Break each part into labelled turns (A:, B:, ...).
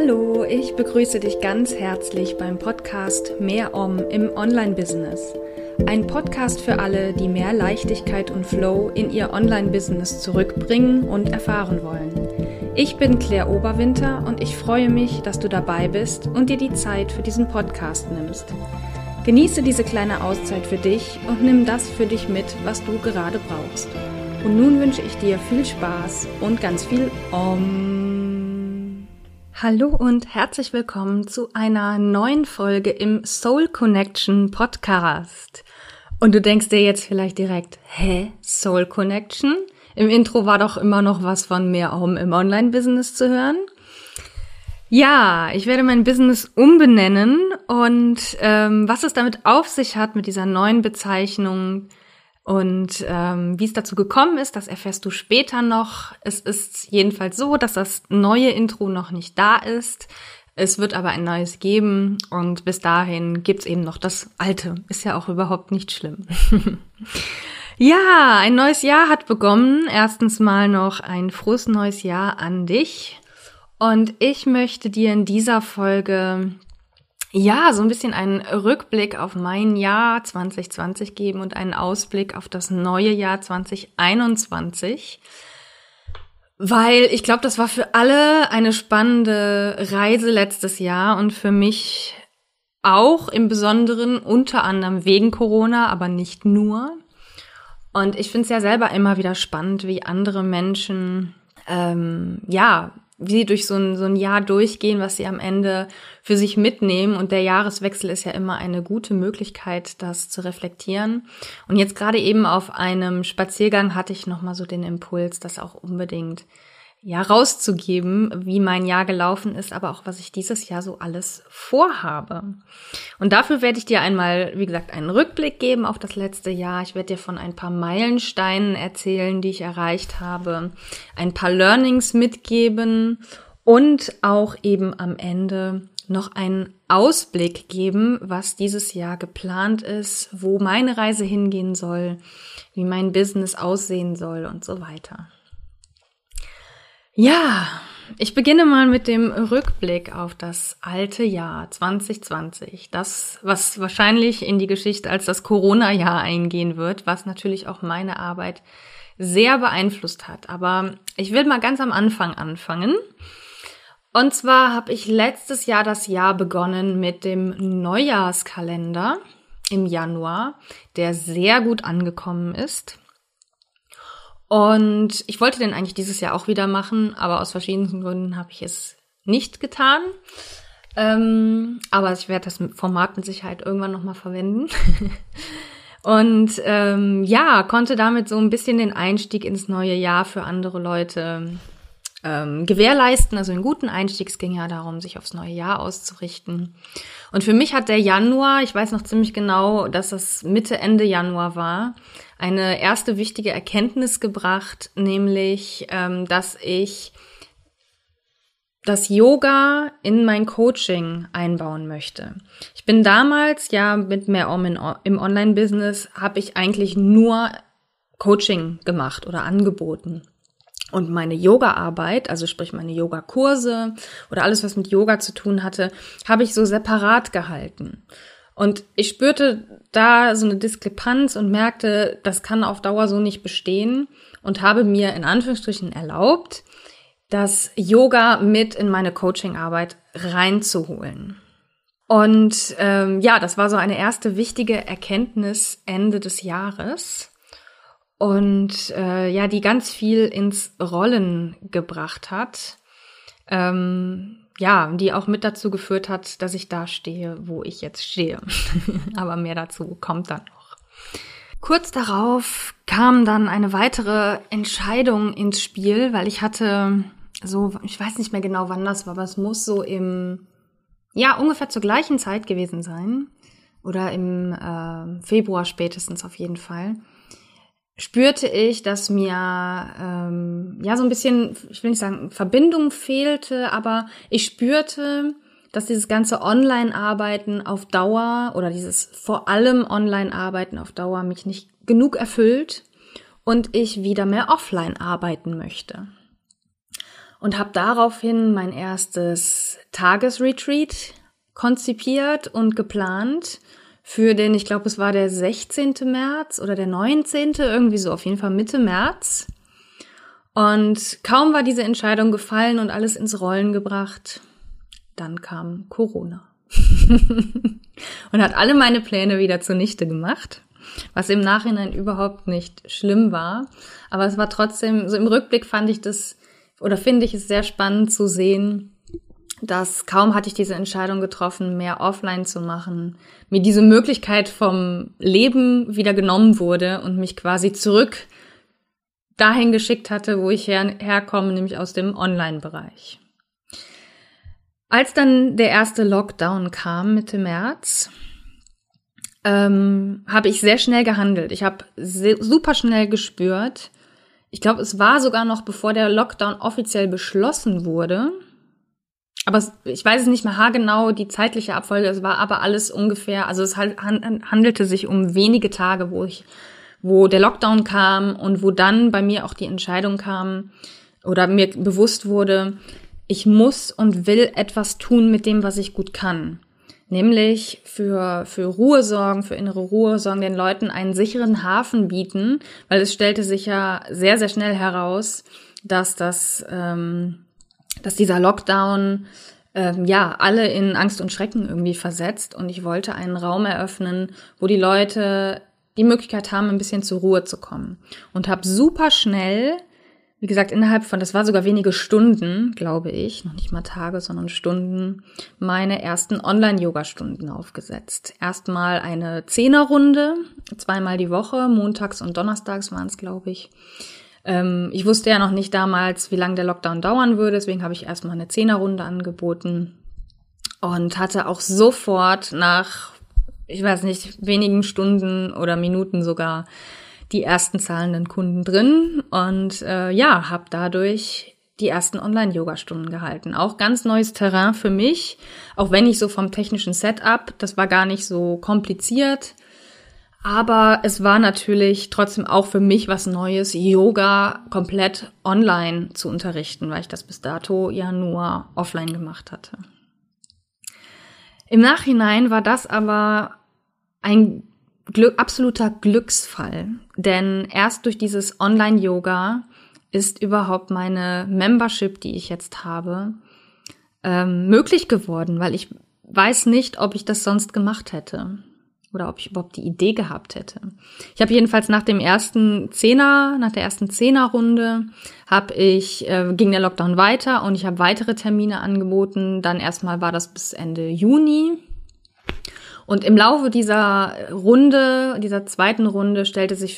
A: Hallo, ich begrüße dich ganz herzlich beim Podcast Mehr Om im Online-Business. Ein Podcast für alle, die mehr Leichtigkeit und Flow in ihr Online-Business zurückbringen und erfahren wollen. Ich bin Claire Oberwinter und ich freue mich, dass du dabei bist und dir die Zeit für diesen Podcast nimmst. Genieße diese kleine Auszeit für dich und nimm das für dich mit, was du gerade brauchst. Und nun wünsche ich dir viel Spaß und ganz viel Om. Hallo und herzlich willkommen zu einer neuen Folge im Soul Connection Podcast. Und du denkst dir jetzt vielleicht direkt, Soul Connection? Im Intro war doch immer noch was von Mehr Om im Online-Business zu hören. Ja, ich werde mein Business umbenennen und was es damit auf sich hat mit dieser neuen Bezeichnung und wie es dazu gekommen ist, das erfährst du später noch. Es ist jedenfalls so, dass das neue Intro noch nicht da ist. Es wird aber ein neues geben und bis dahin gibt's eben noch das alte. Ist ja auch überhaupt nicht schlimm. Ja, ein neues Jahr hat begonnen. Erstens mal noch ein frohes neues Jahr an dich. Und ich möchte dir in dieser Folge so ein bisschen einen Rückblick auf mein Jahr 2020 geben und einen Ausblick auf das neue Jahr 2021. Weil ich glaube, das war für alle eine spannende Reise letztes Jahr und für mich auch im Besonderen unter anderem wegen Corona, aber nicht nur. Und ich finde es ja selber immer wieder spannend, wie andere Menschen, wie sie durch so ein Jahr durchgehen, was sie am Ende für sich mitnehmen. Und der Jahreswechsel ist ja immer eine gute Möglichkeit, das zu reflektieren. Und jetzt gerade eben auf einem Spaziergang hatte ich nochmal so den Impuls, das auch unbedingt rauszugeben, wie mein Jahr gelaufen ist, aber auch was ich dieses Jahr so alles vorhabe. Und dafür werde ich dir einmal, wie gesagt, einen Rückblick geben auf das letzte Jahr. Ich werde dir von ein paar Meilensteinen erzählen, die ich erreicht habe, ein paar Learnings mitgeben und auch eben am Ende noch einen Ausblick geben, was dieses Jahr geplant ist, wo meine Reise hingehen soll, wie mein Business aussehen soll und so weiter. Ja, ich beginne mal mit dem Rückblick auf das alte Jahr 2020. Das, was wahrscheinlich in die Geschichte als das Corona-Jahr eingehen wird, was natürlich auch meine Arbeit sehr beeinflusst hat. Aber ich will mal ganz am Anfang anfangen. Und zwar habe ich letztes Jahr das Jahr begonnen mit dem Neujahrskalender im Januar, der sehr gut angekommen ist. Und ich wollte den eigentlich dieses Jahr auch wieder machen, aber aus verschiedenen Gründen habe ich es nicht getan. Aber ich werde das Format mit Sicherheit irgendwann nochmal verwenden. Und konnte damit so ein bisschen den Einstieg ins neue Jahr für andere Leute gewährleisten. Also einen guten Einstieg. Es ging ja darum, sich aufs neue Jahr auszurichten. Und für mich hat der Januar, ich weiß noch ziemlich genau, dass das Mitte, Ende Januar war, eine erste wichtige Erkenntnis gebracht, nämlich, dass ich das Yoga in mein Coaching einbauen möchte. Ich bin damals mit Mehr Om im Online-Business, habe ich eigentlich nur Coaching gemacht oder angeboten. Und meine Yoga-Arbeit, also sprich meine Yoga-Kurse oder alles, was mit Yoga zu tun hatte, habe ich so separat gehalten. Und ich spürte da so eine Diskrepanz und merkte, das kann auf Dauer so nicht bestehen und habe mir in Anführungsstrichen erlaubt, das Yoga mit in meine Coaching-Arbeit reinzuholen. Und das war so eine erste wichtige Erkenntnis Ende des Jahres. Und die ganz viel ins Rollen gebracht hat, die auch mit dazu geführt hat, dass ich da stehe, wo ich jetzt stehe. Aber mehr dazu kommt dann noch. Kurz darauf kam dann eine weitere Entscheidung ins Spiel, weil ich hatte ich weiß nicht mehr genau, wann das war, aber es muss so ungefähr zur gleichen Zeit gewesen sein. Oder im Februar spätestens auf jeden Fall. Spürte ich, dass mir so ein bisschen, ich will nicht sagen, Verbindung fehlte, aber ich spürte, dass dieses ganze Online-Arbeiten auf Dauer oder dieses vor allem Online-Arbeiten auf Dauer mich nicht genug erfüllt und ich wieder mehr offline arbeiten möchte. und habe daraufhin mein erstes Tagesretreat konzipiert und geplant für den, ich glaube, es war der 16. März oder der 19., irgendwie so, auf jeden Fall Mitte März. Und kaum war diese Entscheidung gefallen und alles ins Rollen gebracht, dann kam Corona und hat alle meine Pläne wieder zunichte gemacht, was im Nachhinein überhaupt nicht schlimm war. Aber es war trotzdem, so im Rückblick finde ich es sehr spannend zu sehen, dass kaum hatte ich diese Entscheidung getroffen, mehr offline zu machen, mir diese Möglichkeit vom Leben wieder genommen wurde und mich quasi zurück dahin geschickt hatte, wo ich herkomme, nämlich aus dem Online-Bereich. Als dann der erste Lockdown kam, Mitte März, habe ich sehr schnell gehandelt. Ich habe super schnell gespürt. Ich glaube, es war sogar noch, bevor der Lockdown offiziell beschlossen wurde. Aber ich weiß es nicht mehr haargenau, die zeitliche Abfolge. Es war aber alles ungefähr, also es handelte sich um wenige Tage, wo der Lockdown kam und wo dann bei mir auch die Entscheidung kam oder mir bewusst wurde, ich muss und will etwas tun mit dem, was ich gut kann. Nämlich für Ruhe sorgen, für innere Ruhe sorgen, den Leuten einen sicheren Hafen bieten, weil es stellte sich ja sehr, sehr schnell heraus, dass dieser Lockdown alle in Angst und Schrecken irgendwie versetzt. Und ich wollte einen Raum eröffnen, wo die Leute die Möglichkeit haben, ein bisschen zur Ruhe zu kommen. Und habe super schnell, wie gesagt, innerhalb von, das war sogar wenige Stunden, glaube ich, noch nicht mal Tage, sondern Stunden, meine ersten Online-Yoga-Stunden aufgesetzt. Erstmal eine 10er-Runde, 2-mal die Woche, montags und donnerstags waren es, glaube ich. Ich wusste ja noch nicht damals, wie lange der Lockdown dauern würde, deswegen habe ich erstmal eine 10er-Runde angeboten und hatte auch sofort nach, ich weiß nicht, wenigen Stunden oder Minuten sogar die ersten zahlenden Kunden drin und habe dadurch die ersten Online-Yoga-Stunden gehalten. Auch ganz neues Terrain für mich, auch wenn ich so vom technischen Setup, das war gar nicht so kompliziert, aber es war natürlich trotzdem auch für mich was Neues, Yoga komplett online zu unterrichten, weil ich das bis dato ja nur offline gemacht hatte. Im Nachhinein war das aber ein absoluter Glücksfall, denn erst durch dieses Online-Yoga ist überhaupt meine Membership, die ich jetzt habe, möglich geworden, weil ich weiß nicht, ob ich das sonst gemacht hätte oder ob ich überhaupt die Idee gehabt hätte. Ich habe jedenfalls nach der ersten Zehnerrunde ging der Lockdown weiter und ich habe weitere Termine angeboten. Dann erstmal war das bis Ende Juni. Und im Laufe dieser zweiten Runde stellte sich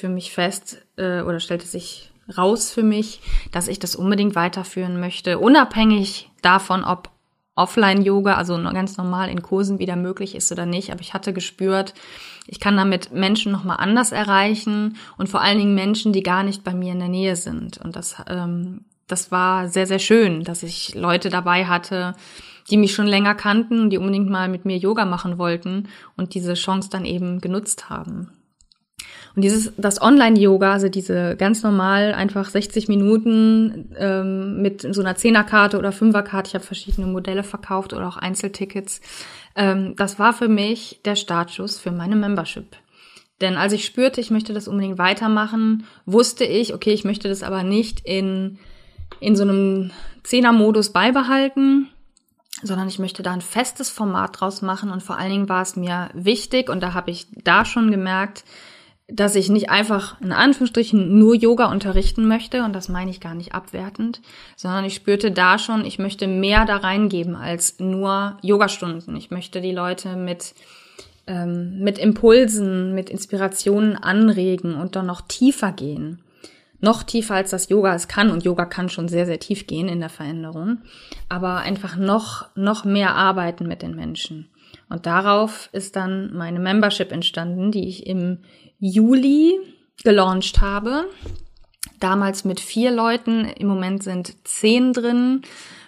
A: raus für mich, dass ich das unbedingt weiterführen möchte, unabhängig davon, ob Offline-Yoga, also ganz normal in Kursen wieder möglich ist oder nicht. Aber ich hatte gespürt, ich kann damit Menschen nochmal anders erreichen und vor allen Dingen Menschen, die gar nicht bei mir in der Nähe sind. Und das war sehr, sehr schön, dass ich Leute dabei hatte, die mich schon länger kannten, die unbedingt mal mit mir Yoga machen wollten und diese Chance dann eben genutzt haben. Und das Online-Yoga, also diese ganz normal einfach 60 Minuten mit so einer 10er-Karte oder 5er-Karte, ich habe verschiedene Modelle verkauft oder auch Einzeltickets, das war für mich der Startschuss für meine Membership. Denn als ich spürte, ich möchte das unbedingt weitermachen, wusste ich, okay, ich möchte das aber nicht in so einem 10er-Modus beibehalten, sondern ich möchte da ein festes Format draus machen und vor allen Dingen war es mir wichtig und da habe ich da schon gemerkt, dass ich nicht einfach in Anführungsstrichen nur Yoga unterrichten möchte und das meine ich gar nicht abwertend, sondern ich spürte da schon, ich möchte mehr da reingeben als nur Yogastunden. Ich möchte die Leute mit Impulsen, mit Inspirationen anregen und dann noch tiefer gehen. Noch tiefer als das Yoga es kann und Yoga kann schon sehr, sehr tief gehen in der Veränderung, aber einfach noch mehr arbeiten mit den Menschen. Und darauf ist dann meine Membership entstanden, die ich im Juli gelauncht habe. Damals mit 4 Leuten, im Moment sind 10 drin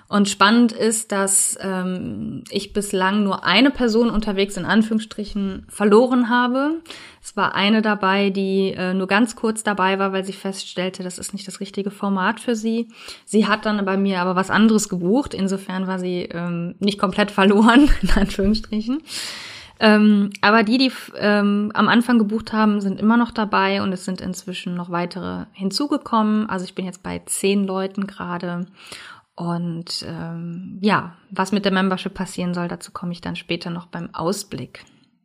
A: Und spannend ist, dass ich bislang nur eine Person unterwegs in Anführungsstrichen verloren habe. Es war eine dabei, die nur ganz kurz dabei war, weil sie feststellte, das ist nicht das richtige Format für sie. Sie hat dann bei mir aber was anderes gebucht. Insofern war sie nicht komplett verloren, in Anführungsstrichen. Aber die am Anfang gebucht haben, sind immer noch dabei und es sind inzwischen noch weitere hinzugekommen. Also ich bin jetzt bei 10 Leuten gerade. Und was mit der Membership passieren soll, dazu komme ich dann später noch beim Ausblick.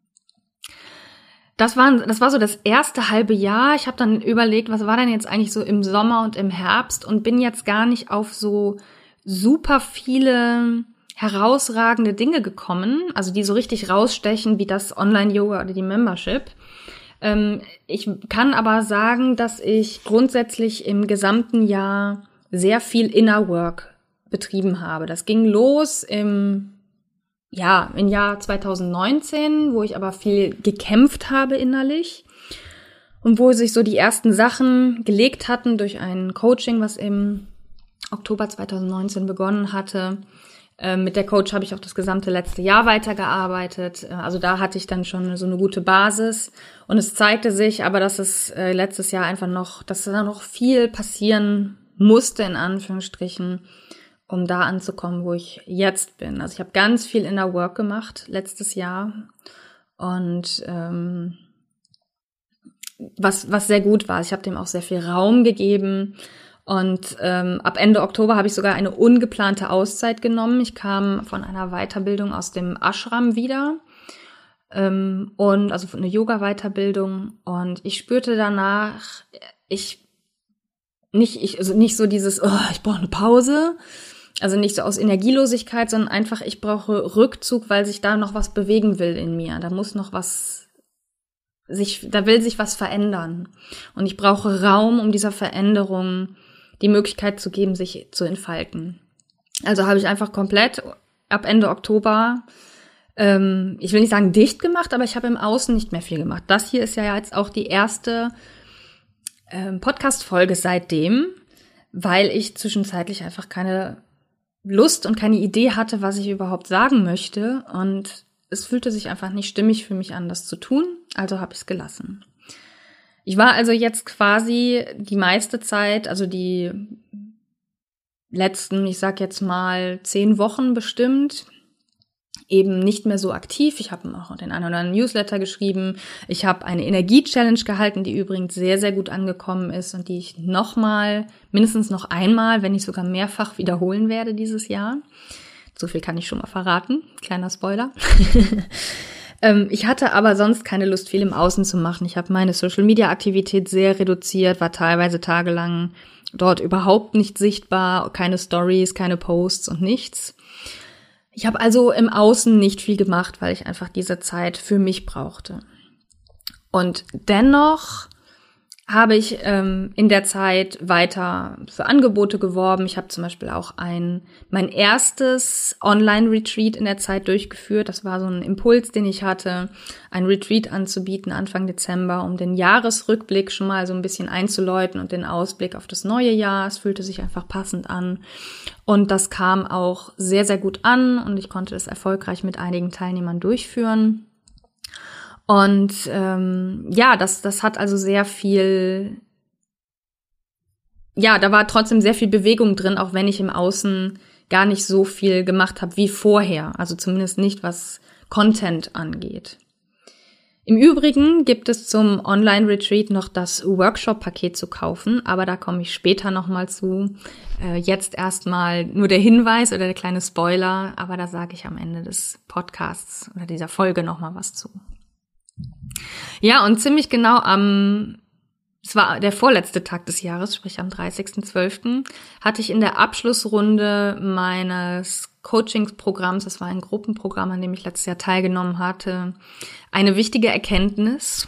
A: Das war so das erste halbe Jahr. Ich habe dann überlegt, was war denn jetzt eigentlich so im Sommer und im Herbst und bin jetzt gar nicht auf so super viele herausragende Dinge gekommen, also die so richtig rausstechen wie das Online-Yoga oder die Membership. Ich kann aber sagen, dass ich grundsätzlich im gesamten Jahr sehr viel Inner Work betrieben habe. Das ging los im Jahr 2019, wo ich aber viel gekämpft habe innerlich und wo sich so die ersten Sachen gelegt hatten durch ein Coaching, was im Oktober 2019 begonnen hatte. Mit der Coach habe ich auch das gesamte letzte Jahr weitergearbeitet. Also da hatte ich dann schon so eine gute Basis. Und es zeigte sich aber, dass es letztes Jahr dass da noch viel passieren musste, in Anführungsstrichen, um da anzukommen, wo ich jetzt bin. Also ich habe ganz viel Inner Work gemacht letztes Jahr. Und was sehr gut war. Ich habe dem auch sehr viel Raum gegeben. Und ab Ende Oktober habe ich sogar eine ungeplante Auszeit genommen. Ich kam von einer Weiterbildung aus dem Ashram wieder und also eine Yoga-Weiterbildung. Und ich spürte danach, nicht so dieses, ich brauche eine Pause, also nicht so aus Energielosigkeit, sondern einfach, ich brauche Rückzug, weil sich da noch was bewegen will in mir. Da muss noch da will sich was verändern. Und ich brauche Raum, um dieser Veränderung die Möglichkeit zu geben, sich zu entfalten. Also habe ich einfach komplett ab Ende Oktober, ich will nicht sagen dicht gemacht, aber ich habe im Außen nicht mehr viel gemacht. Das hier ist ja jetzt auch die erste Podcast-Folge seitdem, weil ich zwischenzeitlich einfach keine Lust und keine Idee hatte, was ich überhaupt sagen möchte. Und es fühlte sich einfach nicht stimmig für mich an, das zu tun. Also habe ich es gelassen. Ich war also jetzt quasi die meiste Zeit, also die letzten, ich sag jetzt mal 10 Wochen bestimmt, eben nicht mehr so aktiv. Ich habe auch den einen oder anderen Newsletter geschrieben. Ich habe eine Energie-Challenge gehalten, die übrigens sehr, sehr gut angekommen ist und die ich mindestens noch einmal, wenn nicht sogar mehrfach wiederholen werde dieses Jahr. So viel kann ich schon mal verraten. Kleiner Spoiler. Ich hatte aber sonst keine Lust, viel im Außen zu machen. Ich habe meine Social-Media-Aktivität sehr reduziert, war teilweise tagelang dort überhaupt nicht sichtbar, keine Stories, keine Posts und nichts. Ich habe also im Außen nicht viel gemacht, weil ich einfach diese Zeit für mich brauchte. Und dennoch habe ich in der Zeit weiter für Angebote geworben. Ich habe zum Beispiel auch mein erstes Online-Retreat in der Zeit durchgeführt. Das war so ein Impuls, den ich hatte, ein Retreat anzubieten Anfang Dezember, um den Jahresrückblick schon mal so ein bisschen einzuläuten und den Ausblick auf das neue Jahr. Es fühlte sich einfach passend an. Und das kam auch sehr, sehr gut an und ich konnte es erfolgreich mit einigen Teilnehmern durchführen. Und das hat also sehr viel, da war trotzdem sehr viel Bewegung drin, auch wenn ich im Außen gar nicht so viel gemacht habe wie vorher. Also zumindest nicht, was Content angeht. Im Übrigen gibt es zum Online-Retreat noch das Workshop-Paket zu kaufen, aber da komme ich später nochmal zu. Jetzt erstmal nur der Hinweis oder der kleine Spoiler, aber da sage ich am Ende des Podcasts oder dieser Folge nochmal was zu. Ja, und ziemlich genau es war der vorletzte Tag des Jahres, sprich am 30.12., hatte ich in der Abschlussrunde meines Coachingsprogramms, das war ein Gruppenprogramm, an dem ich letztes Jahr teilgenommen hatte, eine wichtige Erkenntnis,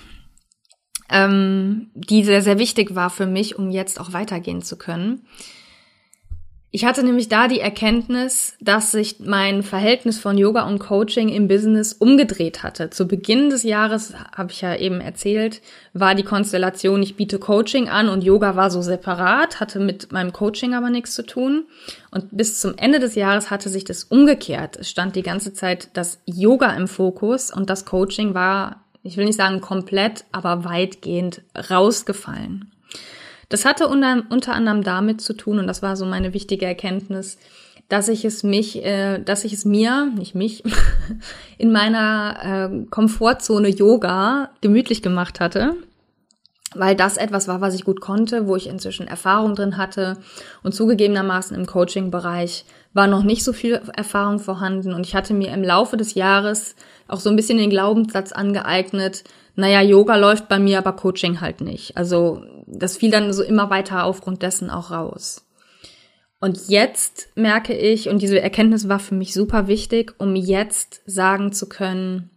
A: die sehr, sehr wichtig war für mich, um jetzt auch weitergehen zu können. Ich hatte nämlich da die Erkenntnis, dass sich mein Verhältnis von Yoga und Coaching im Business umgedreht hatte. Zu Beginn des Jahres, habe ich ja eben erzählt, war die Konstellation, ich biete Coaching an und Yoga war so separat, hatte mit meinem Coaching aber nichts zu tun. Und bis zum Ende des Jahres hatte sich das umgekehrt. Es stand die ganze Zeit das Yoga im Fokus und das Coaching war, ich will nicht sagen komplett, aber weitgehend rausgefallen. Das hatte unter anderem damit zu tun, und das war so meine wichtige Erkenntnis, dass ich es mir, nicht mich, in meiner Komfortzone Yoga gemütlich gemacht hatte, weil das etwas war, was ich gut konnte, wo ich inzwischen Erfahrung drin hatte, und zugegebenermaßen im Coaching-Bereich war noch nicht so viel Erfahrung vorhanden, und ich hatte mir im Laufe des Jahres auch so ein bisschen den Glaubenssatz angeeignet, naja, Yoga läuft bei mir, aber Coaching halt nicht. Also das fiel dann so immer weiter aufgrund dessen auch raus. Und jetzt merke ich, und diese Erkenntnis war für mich super wichtig, um jetzt sagen zu können,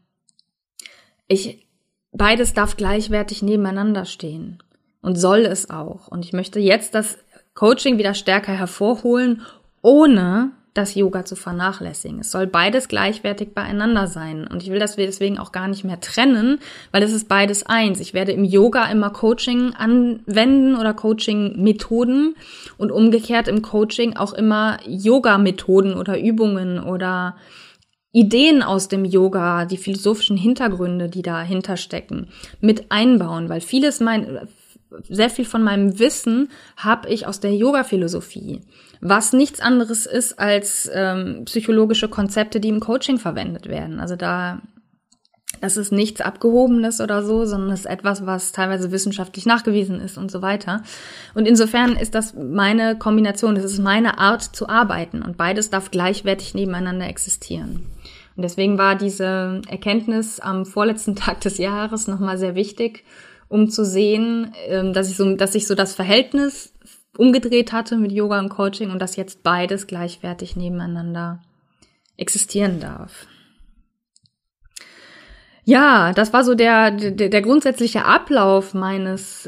A: beides darf gleichwertig nebeneinander stehen und soll es auch. Und ich möchte jetzt das Coaching wieder stärker hervorholen, ohne das Yoga zu vernachlässigen. Es soll beides gleichwertig beieinander sein. Und ich will das deswegen auch gar nicht mehr trennen, weil es ist beides eins. Ich werde im Yoga immer Coaching anwenden oder Coaching-Methoden und umgekehrt im Coaching auch immer Yoga-Methoden oder Übungen oder Ideen aus dem Yoga, die philosophischen Hintergründe, die dahinter stecken, mit einbauen, weil sehr viel von meinem Wissen habe ich aus der Yoga-Philosophie, was nichts anderes ist als psychologische Konzepte, die im Coaching verwendet werden. Also das ist nichts Abgehobenes oder so, sondern es ist etwas, was teilweise wissenschaftlich nachgewiesen ist und so weiter. Und insofern ist das meine Kombination, das ist meine Art zu arbeiten, und beides darf gleichwertig nebeneinander existieren. Und deswegen war diese Erkenntnis am vorletzten Tag des Jahres nochmal sehr wichtig, um zu sehen, dass sich so das Verhältnis umgedreht hatte mit Yoga und Coaching und dass jetzt beides gleichwertig nebeneinander existieren darf. Ja, das war so der grundsätzliche Ablauf meines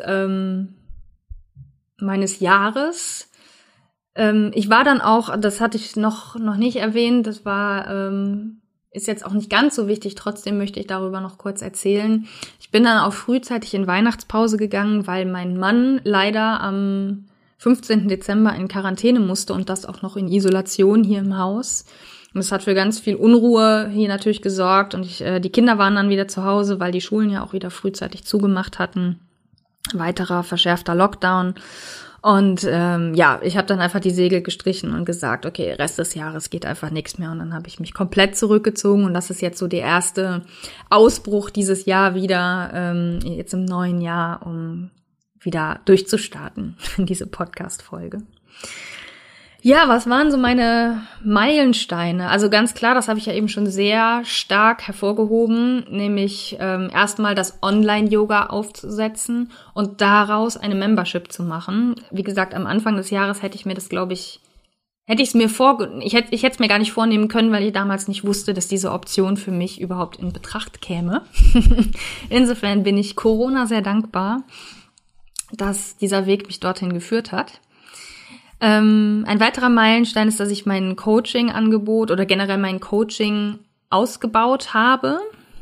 A: Jahres. Ich war dann auch, das hatte ich noch nicht erwähnt, das war ist jetzt auch nicht ganz so wichtig, trotzdem möchte ich darüber noch kurz erzählen. Ich bin dann auch frühzeitig in Weihnachtspause gegangen, weil mein Mann leider am 15. Dezember in Quarantäne musste und das auch noch in Isolation hier im Haus. Und es hat für ganz viel Unruhe hier natürlich gesorgt, und die Kinder waren dann wieder zu Hause, weil die Schulen ja auch wieder frühzeitig zugemacht hatten. Weiterer verschärfter Lockdown. Und ich habe dann einfach die Segel gestrichen und gesagt, okay, Rest des Jahres geht einfach nichts mehr. Und dann habe ich mich komplett zurückgezogen, und das ist jetzt so der erste Ausbruch dieses Jahr wieder, jetzt im neuen Jahr, um wieder durchzustarten in diese Podcast-Folge. Ja, was waren so meine Meilensteine? Also ganz klar, das habe ich ja eben schon sehr stark hervorgehoben, nämlich erstmal das Online-Yoga aufzusetzen und daraus eine Membership zu machen. Wie gesagt, am Anfang des Jahres hätte ich mir das, glaube ich, ich hätte es mir gar nicht vornehmen können, weil ich damals nicht wusste, dass diese Option für mich überhaupt in Betracht käme. Insofern bin ich Corona sehr dankbar, dass dieser Weg mich dorthin geführt hat. Ein weiterer Meilenstein ist, dass ich mein Coaching-Angebot oder generell mein Coaching ausgebaut habe.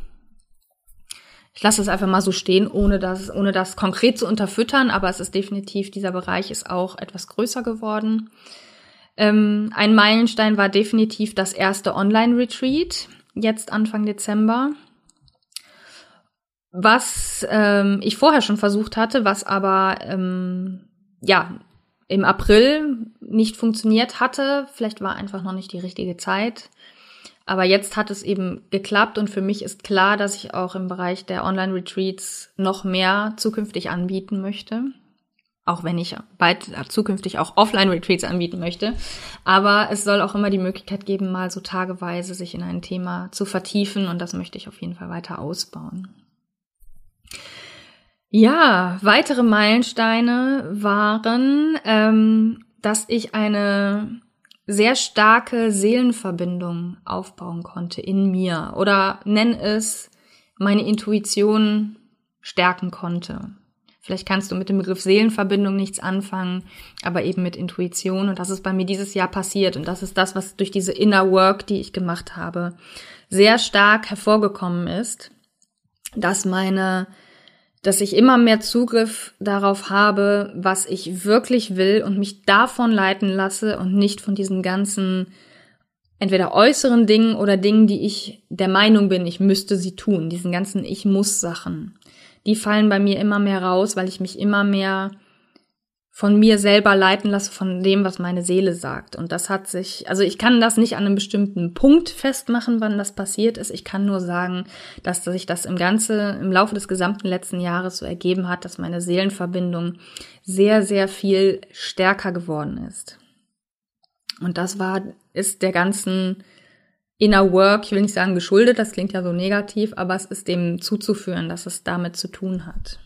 A: Ich lasse es einfach mal so stehen, ohne das konkret zu unterfüttern, aber es ist definitiv, dieser Bereich ist auch etwas größer geworden. Ein Meilenstein war definitiv das erste Online-Retreat, jetzt Anfang Dezember. Was ich vorher schon versucht hatte, was aber im April nicht funktioniert hatte. Vielleicht war einfach noch nicht die richtige Zeit. Aber jetzt hat es eben geklappt, und für mich ist klar, dass ich auch im Bereich der Online-Retreats noch mehr zukünftig anbieten möchte. Auch wenn ich bald zukünftig auch Offline-Retreats anbieten möchte. Aber es soll auch immer die Möglichkeit geben, mal so tageweise sich in ein Thema zu vertiefen, und das möchte ich auf jeden Fall weiter ausbauen. Ja, weitere Meilensteine waren, dass ich eine sehr starke Seelenverbindung aufbauen konnte in mir, oder nenn es, meine Intuition stärken konnte. Vielleicht kannst du mit dem Begriff Seelenverbindung nichts anfangen, aber eben mit Intuition. Und das ist bei mir dieses Jahr passiert. Und das ist das, was durch diese Inner Work, die ich gemacht habe, sehr stark hervorgekommen ist, dass ich immer mehr Zugriff darauf habe, was ich wirklich will und mich davon leiten lasse und nicht von diesen ganzen entweder äußeren Dingen oder Dingen, die ich der Meinung bin, ich müsste sie tun. Diesen ganzen Ich-muss-Sachen. Die fallen bei mir immer mehr raus, weil ich mich immer mehr von mir selber leiten lasse, von dem, was meine Seele sagt. Und das hat sich, also ich kann das nicht an einem bestimmten Punkt festmachen, wann das passiert ist. Ich kann nur sagen, dass sich das im Laufe des gesamten letzten Jahres so ergeben hat, dass meine Seelenverbindung sehr, sehr viel stärker geworden ist. Und das ist der ganzen Inner Work, ich will nicht sagen geschuldet, das klingt ja so negativ, aber es ist dem zuzuführen, dass es damit zu tun hat.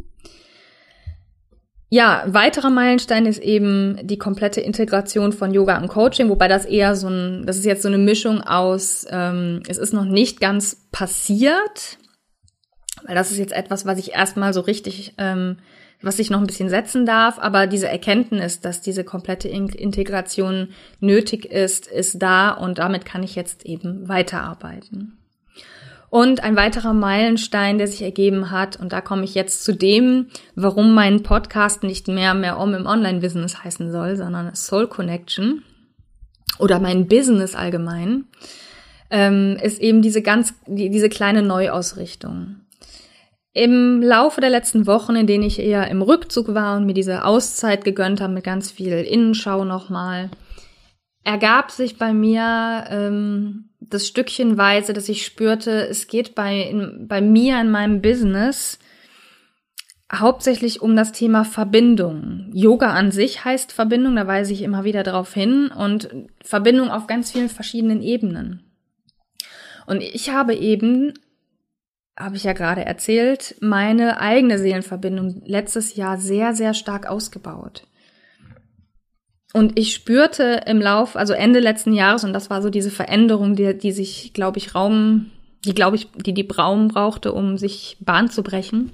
A: Ja, weiterer Meilenstein ist eben die komplette Integration von Yoga und Coaching, wobei das eher das ist jetzt so eine Mischung aus, es ist noch nicht ganz passiert, weil das ist jetzt etwas, was ich erstmal so richtig, was ich noch ein bisschen setzen darf, aber diese Erkenntnis, dass diese komplette Integration nötig ist da und damit kann ich jetzt eben weiterarbeiten. Und ein weiterer Meilenstein, der sich ergeben hat, und da komme ich jetzt zu dem, warum mein Podcast nicht mehr im Online-Business heißen soll, sondern Soul Connection oder mein Business allgemein, ist eben diese kleine Neuausrichtung. Im Laufe der letzten Wochen, in denen ich eher im Rückzug war und mir diese Auszeit gegönnt habe mit ganz viel Innenschau nochmal, ergab sich bei mir das stückchenweise, dass ich spürte, es geht bei mir in meinem Business hauptsächlich um das Thema Verbindung. Yoga an sich heißt Verbindung, da weise ich immer wieder darauf hin, und Verbindung auf ganz vielen verschiedenen Ebenen. Und ich habe ich ja gerade erzählt, meine eigene Seelenverbindung letztes Jahr sehr, sehr stark ausgebaut. Und ich spürte also Ende letzten Jahres, und das war so diese Veränderung, die sich, glaube ich, Raum brauchte, um sich Bahn zu brechen.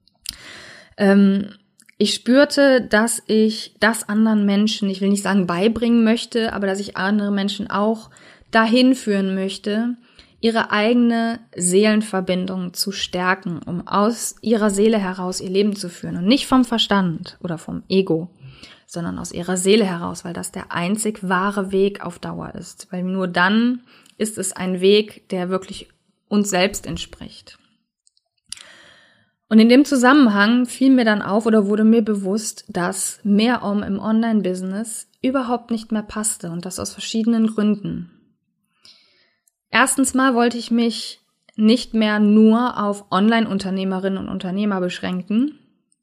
A: Ich spürte, dass ich das anderen Menschen, ich will nicht sagen beibringen möchte, aber dass ich andere Menschen auch dahin führen möchte, ihre eigene Seelenverbindung zu stärken, um aus ihrer Seele heraus ihr Leben zu führen und nicht vom Verstand oder vom Ego, sondern aus ihrer Seele heraus, weil das der einzig wahre Weg auf Dauer ist. Weil nur dann ist es ein Weg, der wirklich uns selbst entspricht. Und in dem Zusammenhang fiel mir dann auf oder wurde mir bewusst, dass mehr im Online-Business überhaupt nicht mehr passte, und das aus verschiedenen Gründen. Erstens mal wollte ich mich nicht mehr nur auf Online-Unternehmerinnen und Unternehmer beschränken,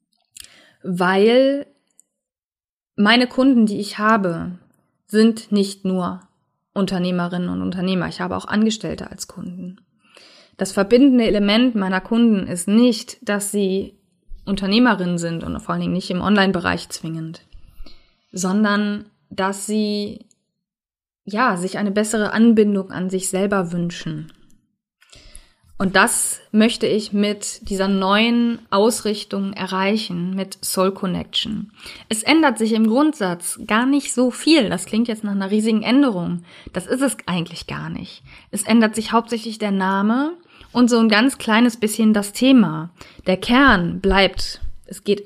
A: weil meine Kunden, die ich habe, sind nicht nur Unternehmerinnen und Unternehmer. Ich habe auch Angestellte als Kunden. Das verbindende Element meiner Kunden ist nicht, dass sie Unternehmerinnen sind und vor allen Dingen nicht im Online-Bereich zwingend, sondern dass sie sich eine bessere Anbindung an sich selber wünschen. Und das möchte ich mit dieser neuen Ausrichtung erreichen, mit Soul Connection. Es ändert sich im Grundsatz gar nicht so viel. Das klingt jetzt nach einer riesigen Änderung. Das ist es eigentlich gar nicht. Es ändert sich hauptsächlich der Name und so ein ganz kleines bisschen das Thema. Der Kern bleibt. Es wird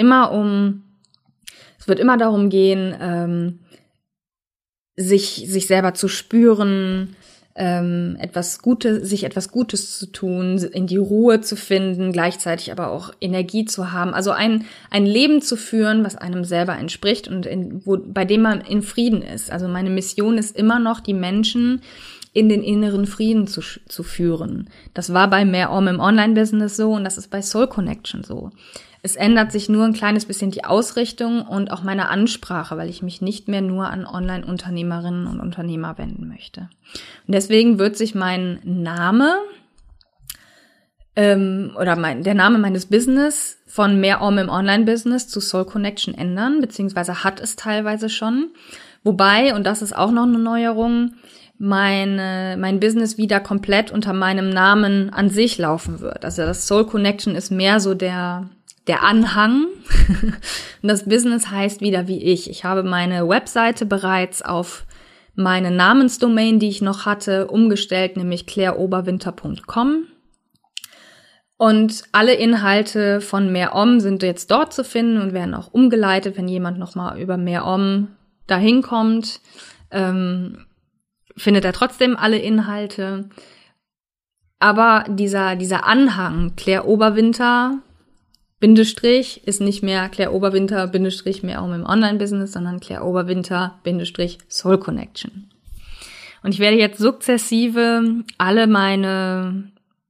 A: immer darum gehen, sich selber zu spüren, etwas Gutes zu tun, in die Ruhe zu finden, gleichzeitig aber auch Energie zu haben. Also ein Leben zu führen, was einem selber entspricht und bei dem man in Frieden ist. Also meine Mission ist immer noch, die Menschen in den inneren Frieden zu führen. Das war bei Mehr im Online-Business so und das ist bei Soul Connection so. Es ändert sich nur ein kleines bisschen die Ausrichtung und auch meine Ansprache, weil ich mich nicht mehr nur an Online-Unternehmerinnen und Unternehmer wenden möchte. Und deswegen wird sich mein Name der Name meines Business von Mehr im Online-Business zu Soul Connection ändern, beziehungsweise hat es teilweise schon. Wobei, und das ist auch noch eine Neuerung, mein Business wieder komplett unter meinem Namen an sich laufen wird. Also das Soul Connection ist mehr so der Anhang. Und das Business heißt wieder wie ich. Ich habe meine Webseite bereits auf meine Namensdomain, die ich noch hatte, umgestellt, nämlich claireoberwinter.com. Und alle Inhalte von Mehr sind jetzt dort zu finden und werden auch umgeleitet, wenn jemand nochmal über Mehr dahin kommt, findet er trotzdem alle Inhalte. Aber dieser Anhang, Claire Oberwinter, Bindestrich, ist nicht mehr Claire Oberwinter, Bindestrich, Mehr im Online-Business, sondern Claire Oberwinter, Bindestrich, Soul Connection. Und ich werde jetzt sukzessive alle meine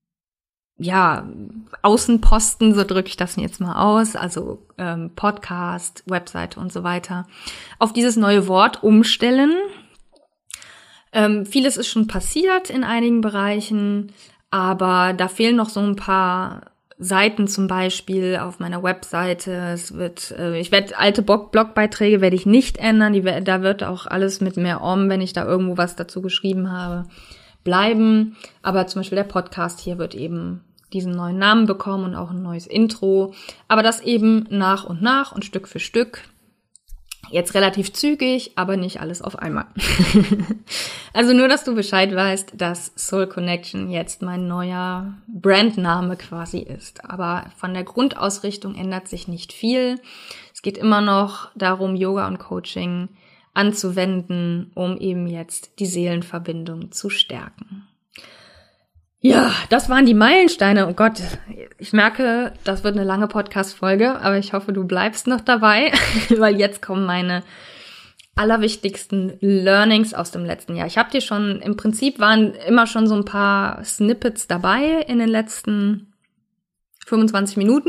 A: Außenposten, so drücke ich das jetzt mal aus, also Podcast, Webseite und so weiter, auf dieses neue Wort umstellen. Vieles ist schon passiert in einigen Bereichen, aber da fehlen noch so ein paar Seiten zum Beispiel auf meiner Webseite. Ich werde alte Blogbeiträge werde ich nicht ändern, da wird auch alles mit mehr wenn ich da irgendwo was dazu geschrieben habe, bleiben. Aber zum Beispiel der Podcast hier wird eben diesen neuen Namen bekommen und auch ein neues Intro. Aber das eben nach und nach und Stück für Stück. Jetzt relativ zügig, aber nicht alles auf einmal. Also nur, dass du Bescheid weißt, dass Soul Connection jetzt mein neuer Brandname quasi ist. Aber von der Grundausrichtung ändert sich nicht viel. Es geht immer noch darum, Yoga und Coaching anzuwenden, um eben jetzt die Seelenverbindung zu stärken. Ja, das waren die Meilensteine. Oh Gott, ich merke, das wird eine lange Podcast-Folge, aber ich hoffe, du bleibst noch dabei, weil jetzt kommen meine allerwichtigsten Learnings aus dem letzten Jahr. Ich habe dir schon, im Prinzip waren immer schon so ein paar Snippets dabei in den letzten 25 Minuten.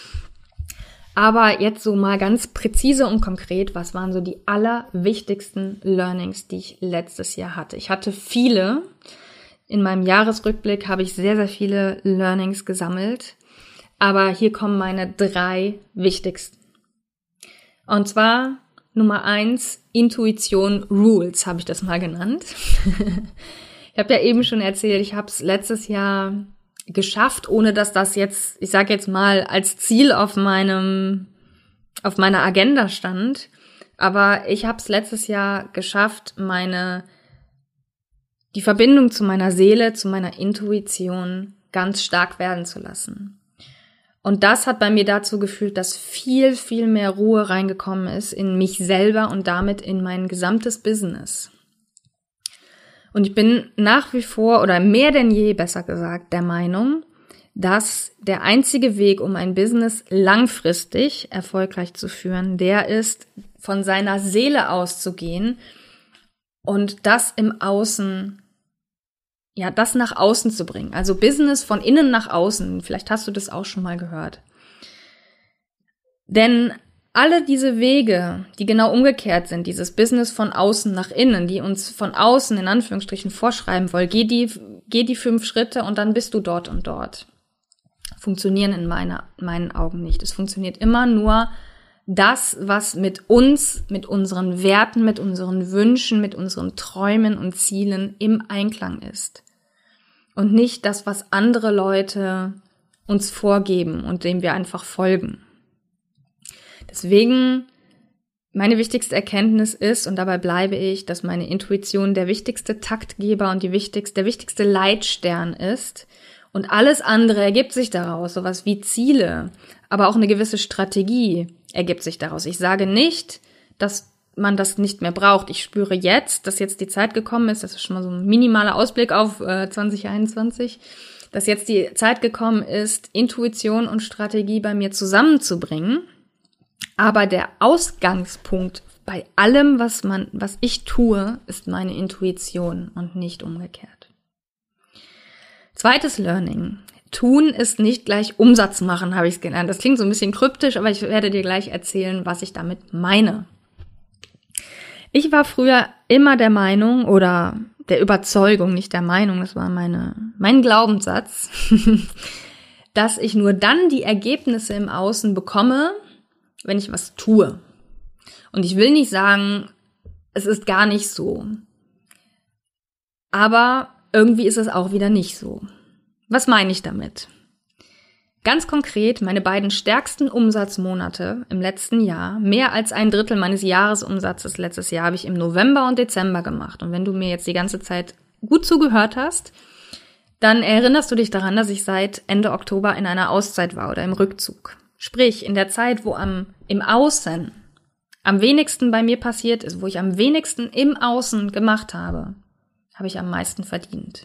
A: Aber jetzt so mal ganz präzise und konkret, was waren so die allerwichtigsten Learnings, die ich letztes Jahr hatte? Ich hatte viele. In meinem Jahresrückblick habe ich sehr, sehr viele Learnings gesammelt. Aber hier kommen meine 3 wichtigsten. Und zwar Nummer 1, Intuition Rules, habe ich das mal genannt. Ich habe ja eben schon erzählt, ich habe es letztes Jahr geschafft, ohne dass das jetzt, ich sage jetzt mal, als Ziel auf meiner Agenda stand. Aber ich habe es letztes Jahr geschafft, die Verbindung zu meiner Seele, zu meiner Intuition ganz stark werden zu lassen. Und das hat bei mir dazu geführt, dass viel, viel mehr Ruhe reingekommen ist in mich selber und damit in mein gesamtes Business. Und ich bin nach wie vor oder mehr denn je, besser gesagt, der Meinung, dass der einzige Weg, um ein Business langfristig erfolgreich zu führen, der ist, von seiner Seele auszugehen und das im Außen, das nach außen zu bringen. Also Business von innen nach außen. Vielleicht hast du das auch schon mal gehört. Denn alle diese Wege, die genau umgekehrt sind, dieses Business von außen nach innen, die uns von außen in Anführungsstrichen vorschreiben wollen, geh die 5 Schritte und dann bist du dort und dort, funktionieren in meinen Augen nicht. Es funktioniert immer nur das, was mit uns, mit unseren Werten, mit unseren Wünschen, mit unseren Träumen und Zielen im Einklang ist. Und nicht das, was andere Leute uns vorgeben und dem wir einfach folgen. Deswegen, meine wichtigste Erkenntnis ist, und dabei bleibe ich, dass meine Intuition der wichtigste Taktgeber und der wichtigste Leitstern ist. Und alles andere ergibt sich daraus, sowas wie Ziele, aber auch eine gewisse Strategie ergibt sich daraus. Ich sage nicht, dass man das nicht mehr braucht. Ich spüre jetzt, dass jetzt die Zeit gekommen ist, das ist schon mal so ein minimaler Ausblick auf 2021, dass jetzt die Zeit gekommen ist, Intuition und Strategie bei mir zusammenzubringen. Aber der Ausgangspunkt bei allem, was ich tue, ist meine Intuition und nicht umgekehrt. Zweites Learning. Tun ist nicht gleich Umsatz machen, habe ich es genannt. Das klingt so ein bisschen kryptisch, aber ich werde dir gleich erzählen, was ich damit meine. Ich war früher immer der Meinung oder der Überzeugung, nicht der Meinung, das war mein Glaubenssatz, dass ich nur dann die Ergebnisse im Außen bekomme, wenn ich was tue. Und ich will nicht sagen, es ist gar nicht so. Aber irgendwie ist es auch wieder nicht so. Was meine ich damit? Ganz konkret, meine beiden stärksten Umsatzmonate im letzten Jahr, mehr als 1/3 meines Jahresumsatzes letztes Jahr habe ich im November und Dezember gemacht. Und wenn du mir jetzt die ganze Zeit gut zugehört hast, dann erinnerst du dich daran, dass ich seit Ende Oktober in einer Auszeit war oder im Rückzug. Sprich, in der Zeit, wo im Außen am wenigsten bei mir passiert ist, wo ich am wenigsten im Außen gemacht habe, habe ich am meisten verdient.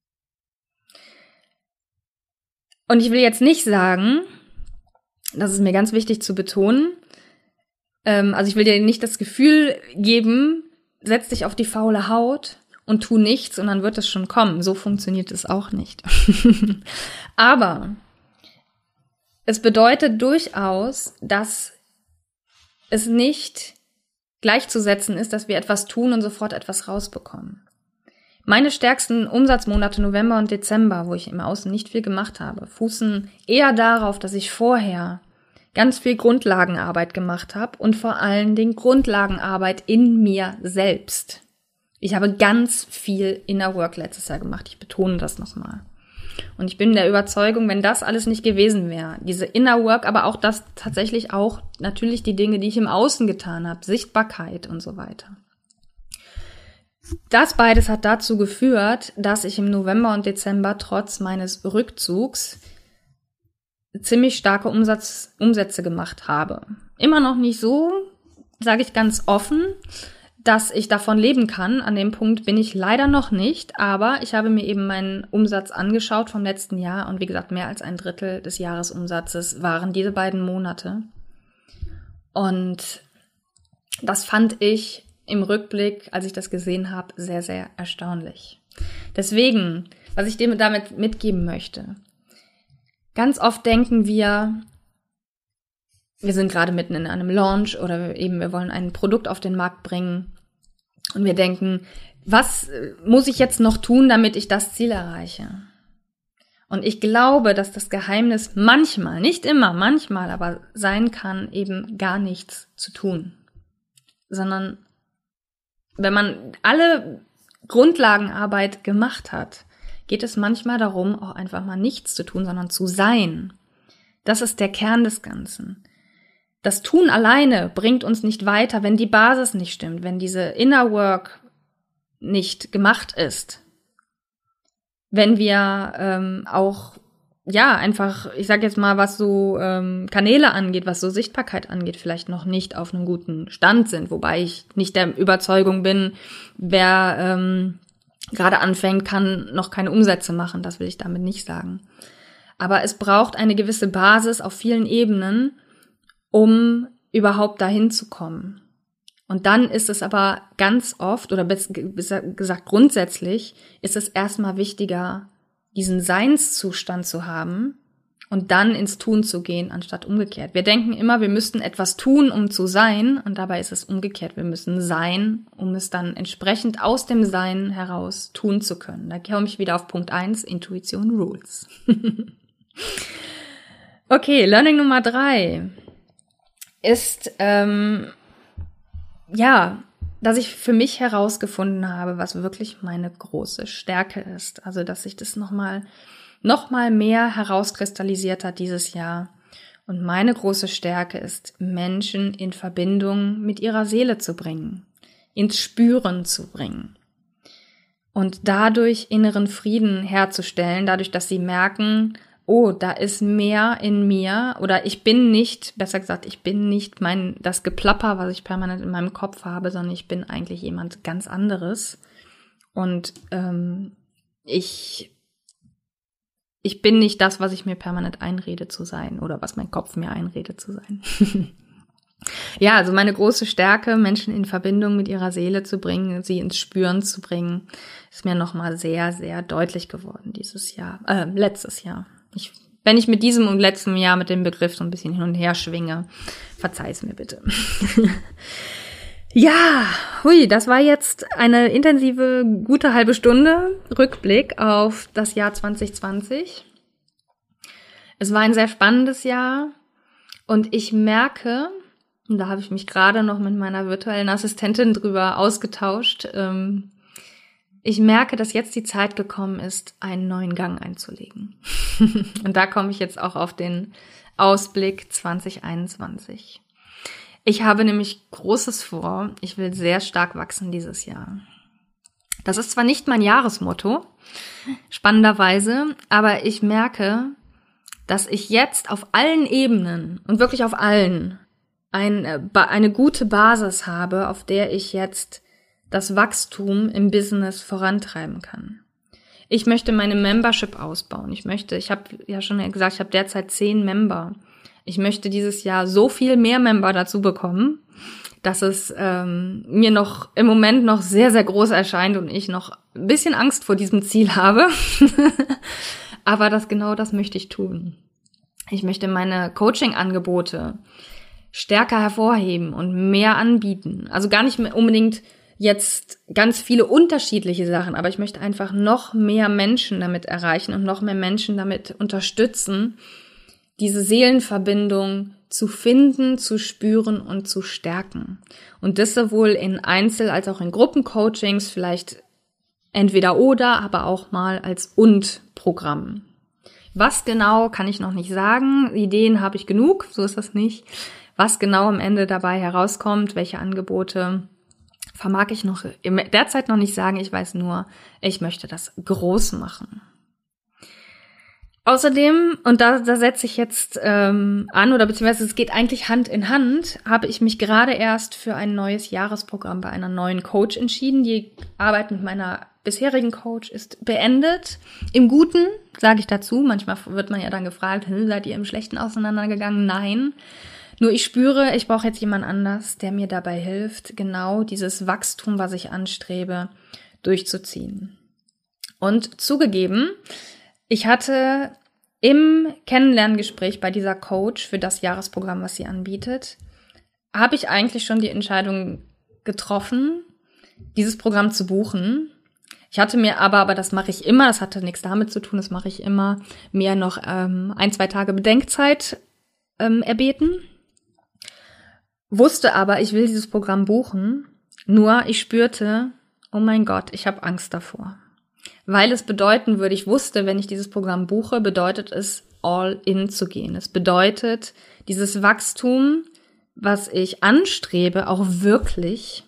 A: Und ich will jetzt nicht sagen, das ist mir ganz wichtig zu betonen, also ich will dir nicht das Gefühl geben, setz dich auf die faule Haut und tu nichts und dann wird es schon kommen. So funktioniert es auch nicht. Aber es bedeutet durchaus, dass es nicht gleichzusetzen ist, dass wir etwas tun und sofort etwas rausbekommen. Meine stärksten Umsatzmonate November und Dezember, wo ich im Außen nicht viel gemacht habe, fußen eher darauf, dass ich vorher ganz viel Grundlagenarbeit gemacht habe und vor allen Dingen Grundlagenarbeit in mir selbst. Ich habe ganz viel Inner Work letztes Jahr gemacht. Ich betone das nochmal. Und ich bin der Überzeugung, wenn das alles nicht gewesen wäre, diese Inner Work, aber auch das tatsächlich auch natürlich die Dinge, die ich im Außen getan habe, Sichtbarkeit und so weiter. Das beides hat dazu geführt, dass ich im November und Dezember trotz meines Rückzugs ziemlich starke Umsätze gemacht habe. Immer noch nicht so, sage ich ganz offen, dass ich davon leben kann. An dem Punkt bin ich leider noch nicht, aber ich habe mir eben meinen Umsatz angeschaut vom letzten Jahr und wie gesagt, mehr als 1/3 des Jahresumsatzes waren diese beiden Monate. Und das fand ich im Rückblick, als ich das gesehen habe, sehr, sehr erstaunlich. Deswegen, was ich dir damit mitgeben möchte, ganz oft denken wir sind gerade mitten in einem Launch oder eben wir wollen ein Produkt auf den Markt bringen und wir denken, was muss ich jetzt noch tun, damit ich das Ziel erreiche? Und ich glaube, dass das Geheimnis manchmal, nicht immer, manchmal aber sein kann, eben gar nichts zu tun, sondern wenn man alle Grundlagenarbeit gemacht hat, geht es manchmal darum, auch einfach mal nichts zu tun, sondern zu sein. Das ist der Kern des Ganzen. Das Tun alleine bringt uns nicht weiter, wenn die Basis nicht stimmt, wenn diese Inner Work nicht gemacht ist. Wenn wir auch, ja, einfach, ich sag jetzt mal, was so Kanäle angeht, was so Sichtbarkeit angeht, vielleicht noch nicht auf einem guten Stand sind. Wobei ich nicht der Überzeugung bin, wer gerade anfängt, kann noch keine Umsätze machen. Das will ich damit nicht sagen. Aber es braucht eine gewisse Basis auf vielen Ebenen, um überhaupt dahin zu kommen. Und dann ist es aber ganz oft, oder besser gesagt grundsätzlich, ist es erstmal wichtiger, diesen Seinszustand zu haben und dann ins Tun zu gehen, anstatt umgekehrt. Wir denken immer, wir müssten etwas tun, um zu sein, und dabei ist es umgekehrt. Wir müssen sein, um es dann entsprechend aus dem Sein heraus tun zu können. Da komme ich wieder auf Punkt 1, Intuition Rules. Okay, Learning Nummer 3 ist, dass ich für mich herausgefunden habe, was wirklich meine große Stärke ist. Also, dass sich das noch mal mehr herauskristallisiert hat dieses Jahr. Und meine große Stärke ist, Menschen in Verbindung mit ihrer Seele zu bringen, ins Spüren zu bringen. Und dadurch inneren Frieden herzustellen, dadurch, dass sie merken, oh, da ist mehr in mir, oder ich bin nicht das Geplapper, was ich permanent in meinem Kopf habe, sondern ich bin eigentlich jemand ganz anderes. Und ich bin nicht das, was ich mir permanent einrede zu sein oder was mein Kopf mir einredet zu sein. Ja, also meine große Stärke, Menschen in Verbindung mit ihrer Seele zu bringen, sie ins Spüren zu bringen, ist mir nochmal sehr, sehr deutlich geworden letztes Jahr. Wenn ich mit diesem und letztem Jahr mit dem Begriff so ein bisschen hin und her schwinge, verzeih's mir bitte. Ja, das war jetzt eine intensive, gute halbe Stunde Rückblick auf das Jahr 2020. Es war ein sehr spannendes Jahr und ich merke, und da habe ich mich gerade noch mit meiner virtuellen Assistentin drüber ausgetauscht, ich merke, dass jetzt die Zeit gekommen ist, einen neuen Gang einzulegen. Und da komme ich jetzt auch auf den Ausblick 2021. Ich habe nämlich Großes vor. Ich will sehr stark wachsen dieses Jahr. Das ist zwar nicht mein Jahresmotto, spannenderweise, aber ich merke, dass ich jetzt auf allen Ebenen und wirklich auf allen eine gute Basis habe, auf der ich jetzt das Wachstum im Business vorantreiben kann. Ich möchte meine Membership ausbauen. Ich habe ja schon gesagt, ich habe derzeit 10 Member. Ich möchte dieses Jahr so viel mehr Member dazu bekommen, dass es mir noch im Moment noch sehr, sehr groß erscheint und ich noch ein bisschen Angst vor diesem Ziel habe. Aber genau das möchte ich tun. Ich möchte meine Coaching-Angebote stärker hervorheben und mehr anbieten. Also gar nicht mehr unbedingt jetzt ganz viele unterschiedliche Sachen, aber ich möchte einfach noch mehr Menschen damit erreichen und noch mehr Menschen damit unterstützen, diese Seelenverbindung zu finden, zu spüren und zu stärken. Und das sowohl in Einzel- als auch in Gruppencoachings, vielleicht entweder oder, aber auch mal als Und-Programm. Was genau, kann ich noch nicht sagen. Ideen habe ich genug, so ist das nicht. Was genau am Ende dabei herauskommt, welche Angebote, vermag ich noch derzeit noch nicht sagen. Ich weiß nur, ich möchte das groß machen. Außerdem, und da setze ich jetzt an, oder beziehungsweise es geht eigentlich Hand in Hand, habe ich mich gerade erst für ein neues Jahresprogramm bei einer neuen Coach entschieden. Die Arbeit mit meiner bisherigen Coach ist beendet. Im Guten, sage ich dazu. Manchmal wird man ja dann gefragt, seid ihr im Schlechten auseinandergegangen? Nein. Nur ich spüre, ich brauche jetzt jemand anders, der mir dabei hilft, genau dieses Wachstum, was ich anstrebe, durchzuziehen. Und zugegeben, ich hatte im Kennenlerngespräch bei dieser Coach für das Jahresprogramm, was sie anbietet, habe ich eigentlich schon die Entscheidung getroffen, dieses Programm zu buchen. Ich hatte mir aber das mache ich immer, das hatte nichts damit zu tun, das mache ich immer, mir noch 1-2 Tage Bedenkzeit erbeten. Wusste aber, ich will dieses Programm buchen, nur ich spürte, oh mein Gott, ich habe Angst davor. Weil es bedeuten würde, ich wusste, wenn ich dieses Programm buche, bedeutet es, all in zu gehen. Es bedeutet, dieses Wachstum, was ich anstrebe, auch wirklich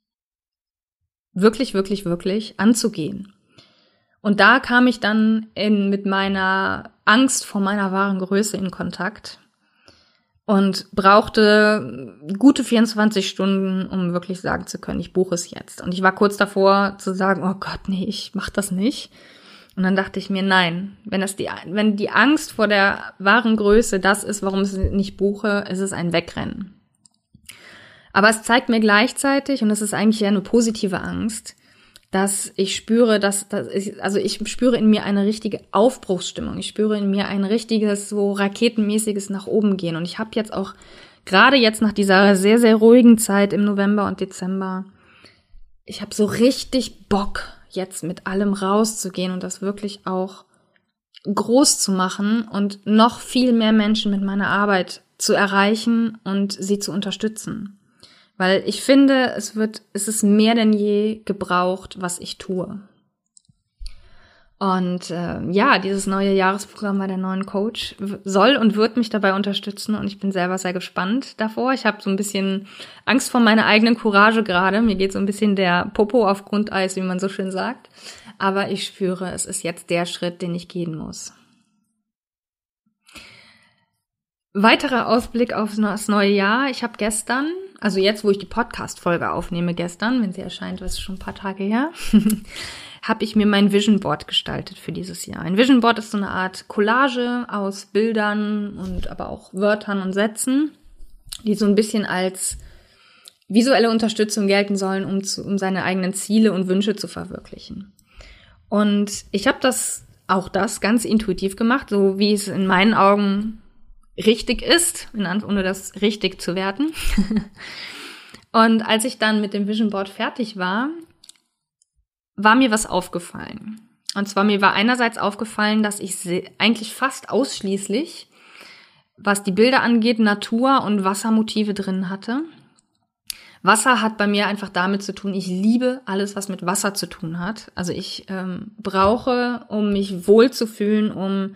A: anzugehen. Und da kam ich dann mit meiner Angst vor meiner wahren Größe in Kontakt und brauchte gute 24 Stunden, um wirklich sagen zu können, ich buche es jetzt. Und ich war kurz davor zu sagen, oh Gott, nee, ich mach das nicht. Und dann dachte ich mir, nein, wenn die Angst vor der wahren Größe das ist, warum ich es nicht buche, ist es ein Wegrennen. Aber es zeigt mir gleichzeitig, und das ist eigentlich ja eine positive Angst, dass ich spüre, ich spüre in mir eine richtige Aufbruchsstimmung. Ich spüre in mir ein richtiges, so raketenmäßiges nach oben gehen. Und ich habe jetzt auch, gerade jetzt nach dieser sehr, sehr ruhigen Zeit im November und Dezember, ich habe so richtig Bock, jetzt mit allem rauszugehen und das wirklich auch groß zu machen und noch viel mehr Menschen mit meiner Arbeit zu erreichen und sie zu unterstützen. Weil ich finde, es ist mehr denn je gebraucht, was ich tue. Und dieses neue Jahresprogramm bei der neuen Coach soll und wird mich dabei unterstützen und ich bin selber sehr gespannt davor. Ich habe so ein bisschen Angst vor meiner eigenen Courage gerade. Mir geht so ein bisschen der Popo auf Grundeis, wie man so schön sagt. Aber ich spüre, es ist jetzt der Schritt, den ich gehen muss. Weiterer Ausblick auf das neue Jahr. Ich habe gestern, also jetzt, wo ich die Podcast-Folge aufnehme, gestern, wenn sie erscheint, das ist schon ein paar Tage her, habe ich mir mein Vision Board gestaltet für dieses Jahr. Ein Vision Board ist so eine Art Collage aus Bildern und aber auch Wörtern und Sätzen, die so ein bisschen als visuelle Unterstützung gelten sollen, um seine eigenen Ziele und Wünsche zu verwirklichen. Und ich habe das ganz intuitiv gemacht, so wie es in meinen Augen richtig ist, ohne das richtig zu werten. Und als ich dann mit dem Vision Board fertig war mir was aufgefallen. Und zwar mir war einerseits aufgefallen, dass ich eigentlich fast ausschließlich, was die Bilder angeht, Natur- und Wassermotive drin hatte. Wasser hat bei mir einfach damit zu tun, ich liebe alles, was mit Wasser zu tun hat. Also ich brauche, um mich wohlzufühlen,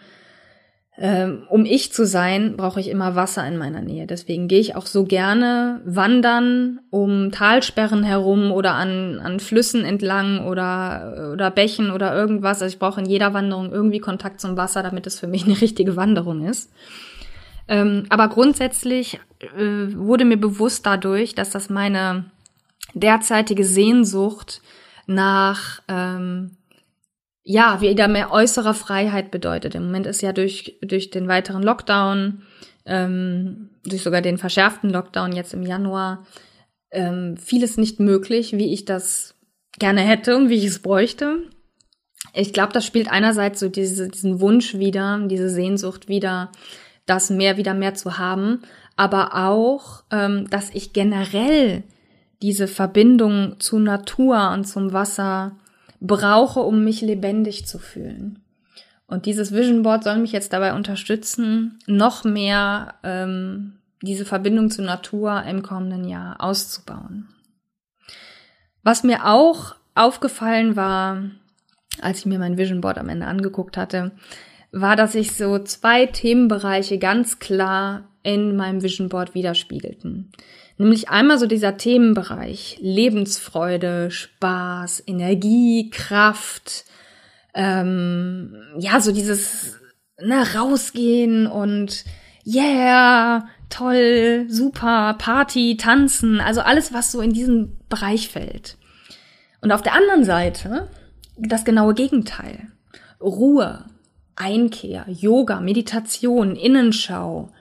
A: um ich zu sein, brauche ich immer Wasser in meiner Nähe. Deswegen gehe ich auch so gerne wandern um Talsperren herum oder an Flüssen entlang oder Bächen oder irgendwas. Also ich brauche in jeder Wanderung irgendwie Kontakt zum Wasser, damit es für mich eine richtige Wanderung ist. Aber grundsätzlich wurde mir bewusst dadurch, dass das meine derzeitige Sehnsucht nach wieder mehr äußerer Freiheit bedeutet. Im Moment ist ja durch den weiteren Lockdown, durch sogar den verschärften Lockdown jetzt im Januar, vieles nicht möglich, wie ich das gerne hätte und wie ich es bräuchte. Ich glaube, das spielt einerseits so diesen Wunsch wieder, diese Sehnsucht wieder, das wieder mehr zu haben, aber auch, dass ich generell diese Verbindung zur Natur und zum Wasser brauche, um mich lebendig zu fühlen. Und dieses Vision Board soll mich jetzt dabei unterstützen, noch mehr diese Verbindung zur Natur im kommenden Jahr auszubauen. Was mir auch aufgefallen war, als ich mir mein Vision Board am Ende angeguckt hatte, war, dass sich so 2 Themenbereiche ganz klar in meinem Vision Board widerspiegelten. Nämlich einmal so dieser Themenbereich Lebensfreude, Spaß, Energie, Kraft, so dieses rausgehen und toll, super, Party, tanzen, also alles, was so in diesen Bereich fällt. Und auf der anderen Seite das genaue Gegenteil. Ruhe, Einkehr, Yoga, Meditation, Innenschau,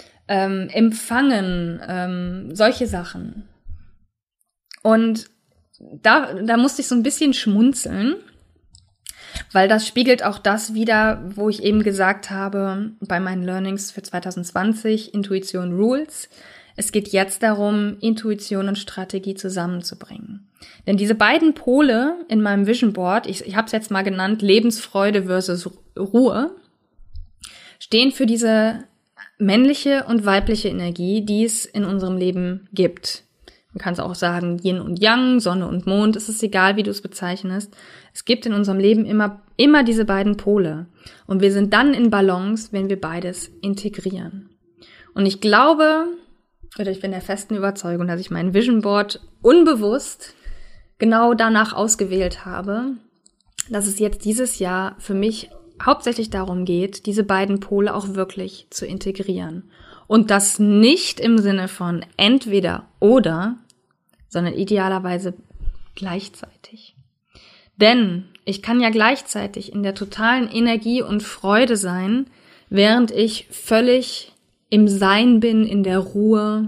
A: Empfangen, solche Sachen. Und da musste ich so ein bisschen schmunzeln, weil das spiegelt auch das wider, wo ich eben gesagt habe, bei meinen Learnings für 2020, Intuition Rules. Es geht jetzt darum, Intuition und Strategie zusammenzubringen. Denn diese beiden Pole in meinem Vision Board, ich habe es jetzt mal genannt, Lebensfreude versus Ruhe, stehen für diese männliche und weibliche Energie, die es in unserem Leben gibt. Man kann es auch sagen Yin und Yang, Sonne und Mond, es ist egal, wie du es bezeichnest. Es gibt in unserem Leben immer diese beiden Pole. Und wir sind dann in Balance, wenn wir beides integrieren. Und ich glaube, oder ich bin der festen Überzeugung, dass ich mein Vision Board unbewusst genau danach ausgewählt habe, dass es jetzt dieses Jahr für mich hauptsächlich darum geht, diese beiden Pole auch wirklich zu integrieren. Und das nicht im Sinne von entweder oder, sondern idealerweise gleichzeitig. Denn ich kann ja gleichzeitig in der totalen Energie und Freude sein, während ich völlig im Sein bin, in der Ruhe,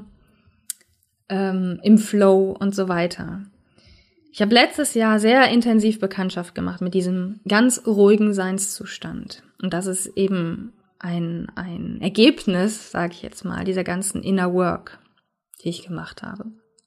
A: im Flow und so weiter. Ich habe letztes Jahr sehr intensiv Bekanntschaft gemacht mit diesem ganz ruhigen Seinszustand. Und das ist eben ein Ergebnis, sage ich jetzt mal, dieser ganzen Inner Work, die ich gemacht habe.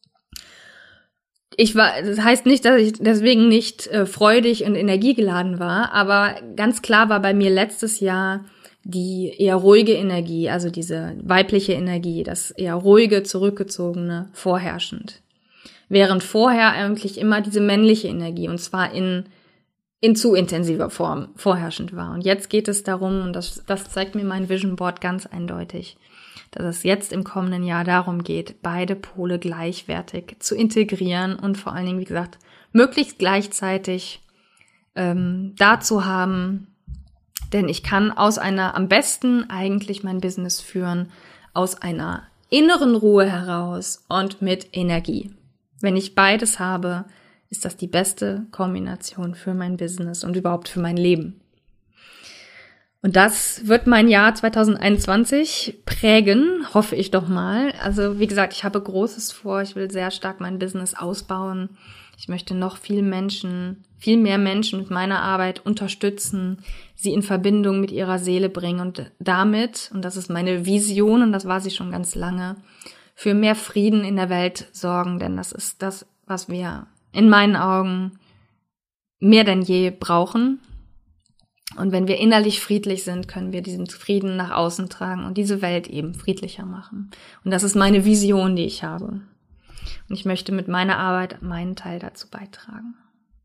A: Das heißt nicht, dass ich deswegen nicht freudig und energiegeladen war, aber ganz klar war bei mir letztes Jahr die eher ruhige Energie, also diese weibliche Energie, das eher ruhige, zurückgezogene, vorherrschend. Während vorher eigentlich immer diese männliche Energie, und zwar in zu intensiver Form vorherrschend war. Und jetzt geht es darum, und das zeigt mir mein Vision Board ganz eindeutig, dass es jetzt im kommenden Jahr darum geht, beide Pole gleichwertig zu integrieren und vor allen Dingen, wie gesagt, möglichst gleichzeitig da zu haben. Denn ich kann am besten eigentlich mein Business führen, aus einer inneren Ruhe heraus und mit Energie. Wenn ich beides habe, ist das die beste Kombination für mein Business und überhaupt für mein Leben. Und das wird mein Jahr 2021 prägen, hoffe ich doch mal. Also wie gesagt, ich habe Großes vor. Ich will sehr stark mein Business ausbauen. Ich möchte noch viel mehr Menschen mit meiner Arbeit unterstützen, sie in Verbindung mit ihrer Seele bringen und damit, und das ist meine Vision und das war sie schon ganz lange, für mehr Frieden in der Welt sorgen, denn das ist das, was wir in meinen Augen mehr denn je brauchen. Und wenn wir innerlich friedlich sind, können wir diesen Frieden nach außen tragen und diese Welt eben friedlicher machen. Und das ist meine Vision, die ich habe. Und ich möchte mit meiner Arbeit meinen Teil dazu beitragen.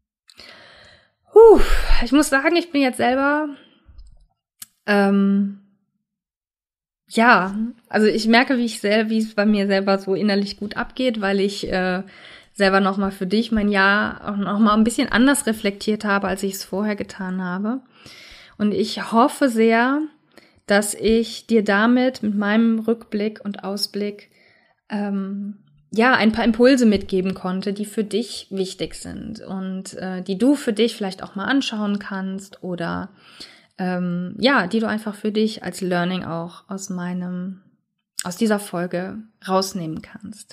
A: Ich muss sagen, ich bin jetzt selber, also ich merke, wie es bei mir selber so innerlich gut abgeht, weil ich selber nochmal für dich mein Jahr auch nochmal ein bisschen anders reflektiert habe, als ich es vorher getan habe. Und ich hoffe sehr, dass ich dir damit mit meinem Rückblick und Ausblick ein paar Impulse mitgeben konnte, die für dich wichtig sind und die du für dich vielleicht auch mal anschauen kannst oder die du einfach für dich als Learning auch aus dieser Folge rausnehmen kannst.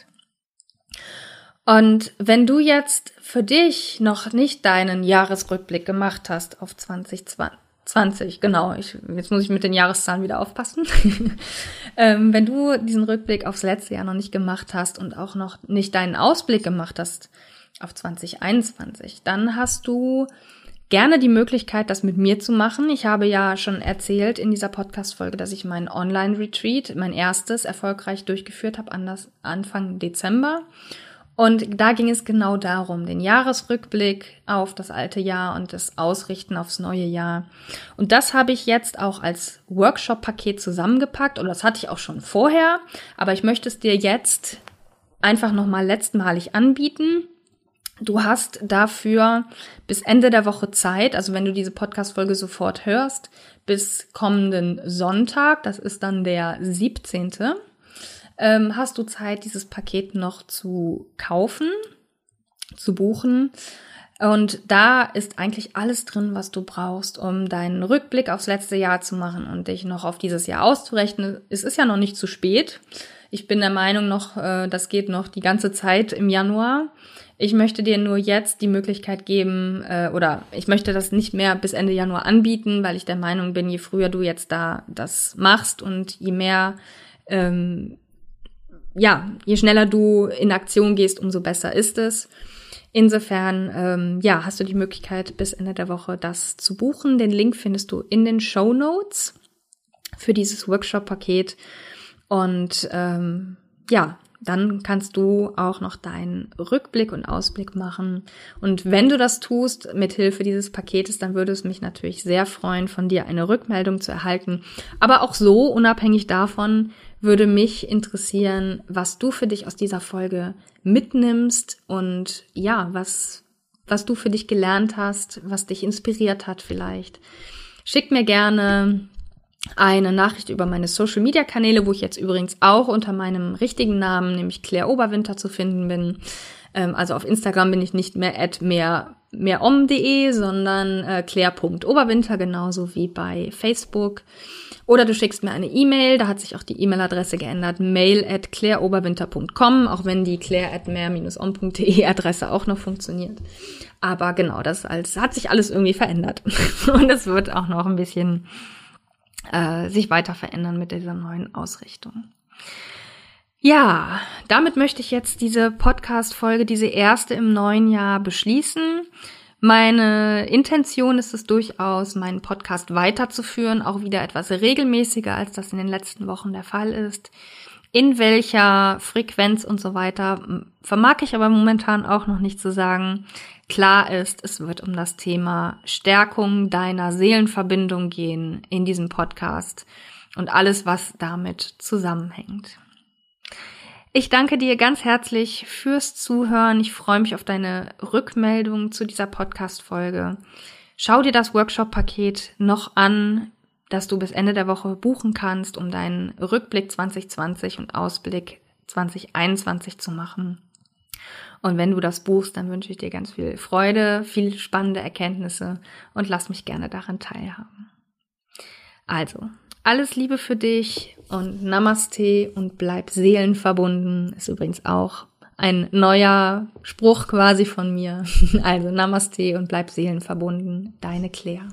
A: Und wenn du jetzt für dich noch nicht deinen Jahresrückblick gemacht hast auf 2020, genau, jetzt muss ich mit den Jahreszahlen wieder aufpassen. Wenn du diesen Rückblick aufs letzte Jahr noch nicht gemacht hast und auch noch nicht deinen Ausblick gemacht hast auf 2021, dann hast du gerne die Möglichkeit, das mit mir zu machen. Ich habe ja schon erzählt in dieser Podcast-Folge, dass ich meinen Online-Retreat, mein erstes, erfolgreich durchgeführt habe, Anfang Dezember. Und da ging es genau darum, den Jahresrückblick auf das alte Jahr und das Ausrichten aufs neue Jahr. Und das habe ich jetzt auch als Workshop-Paket zusammengepackt. Und das hatte ich auch schon vorher. Aber ich möchte es dir jetzt einfach nochmal letztmalig anbieten. Du hast dafür bis Ende der Woche Zeit, also wenn du diese Podcast-Folge sofort hörst, bis kommenden Sonntag, das ist dann der 17., hast du Zeit, dieses Paket noch zu kaufen, zu buchen. Und da ist eigentlich alles drin, was du brauchst, um deinen Rückblick aufs letzte Jahr zu machen und dich noch auf dieses Jahr auszurechnen. Es ist ja noch nicht zu spät. Ich bin der Meinung noch, das geht noch die ganze Zeit im Januar. Ich möchte dir nur jetzt die Möglichkeit geben, oder ich möchte das nicht mehr bis Ende Januar anbieten, weil ich der Meinung bin, je früher du jetzt da das machst und je mehr, je schneller du in Aktion gehst, umso besser ist es. Insofern, hast du die Möglichkeit, bis Ende der Woche das zu buchen. Den Link findest du in den Shownotes für dieses Workshop-Paket. Und dann kannst du auch noch deinen Rückblick und Ausblick machen. Und wenn du das tust, mit Hilfe dieses Paketes, dann würde es mich natürlich sehr freuen, von dir eine Rückmeldung zu erhalten. Aber auch so, unabhängig davon, würde mich interessieren, was du für dich aus dieser Folge mitnimmst und was du für dich gelernt hast, was dich inspiriert hat vielleicht. Schick mir gerne eine Nachricht über meine Social-Media-Kanäle, wo ich jetzt übrigens auch unter meinem richtigen Namen, nämlich Claire Oberwinter, zu finden bin. Also auf Instagram bin ich nicht mehr @mehrom.de, sondern claire.oberwinter, genauso wie bei Facebook. Oder du schickst mir eine E-Mail, da hat sich auch die E-Mail-Adresse geändert, mail@claireoberwinter.com, auch wenn die claire@mehr-om.de Adresse auch noch funktioniert. Aber genau, das hat sich alles irgendwie verändert. Und es wird auch noch ein bisschen sich weiter verändern mit dieser neuen Ausrichtung. Ja, damit möchte ich jetzt diese Podcast-Folge, diese erste im neuen Jahr beschließen. Meine Intention ist es durchaus, meinen Podcast weiterzuführen, auch wieder etwas regelmäßiger, als das in den letzten Wochen der Fall ist. In welcher Frequenz und so weiter vermag ich aber momentan auch noch nicht zu sagen. Klar ist, es wird um das Thema Stärkung deiner Seelenverbindung gehen in diesem Podcast und alles, was damit zusammenhängt. Ich danke dir ganz herzlich fürs Zuhören. Ich freue mich auf deine Rückmeldung zu dieser Podcast-Folge. Schau dir das Workshop-Paket noch an, das du bis Ende der Woche buchen kannst, um deinen Rückblick 2020 und Ausblick 2021 zu machen. Und wenn du das buchst, dann wünsche ich dir ganz viel Freude, viel spannende Erkenntnisse und lass mich gerne daran teilhaben. Also, alles Liebe für dich und Namaste und bleib seelenverbunden. Ist übrigens auch ein neuer Spruch quasi von mir. Also Namaste und bleib seelenverbunden. Deine Claire.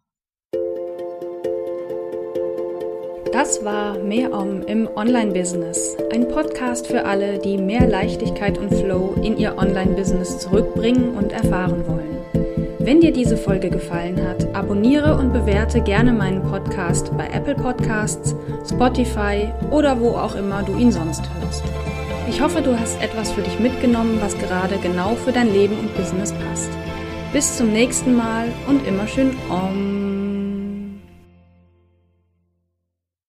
A: Das war Mehr Om im Online-Business. Ein Podcast für alle, die mehr Leichtigkeit und Flow in ihr Online-Business zurückbringen und erfahren wollen. Wenn dir diese Folge gefallen hat, abonniere und bewerte gerne meinen Podcast bei Apple Podcasts, Spotify oder wo auch immer du ihn sonst hörst.
B: Ich hoffe, du hast etwas für dich mitgenommen, was gerade genau für dein Leben und Business passt. Bis zum nächsten Mal und immer schön Om.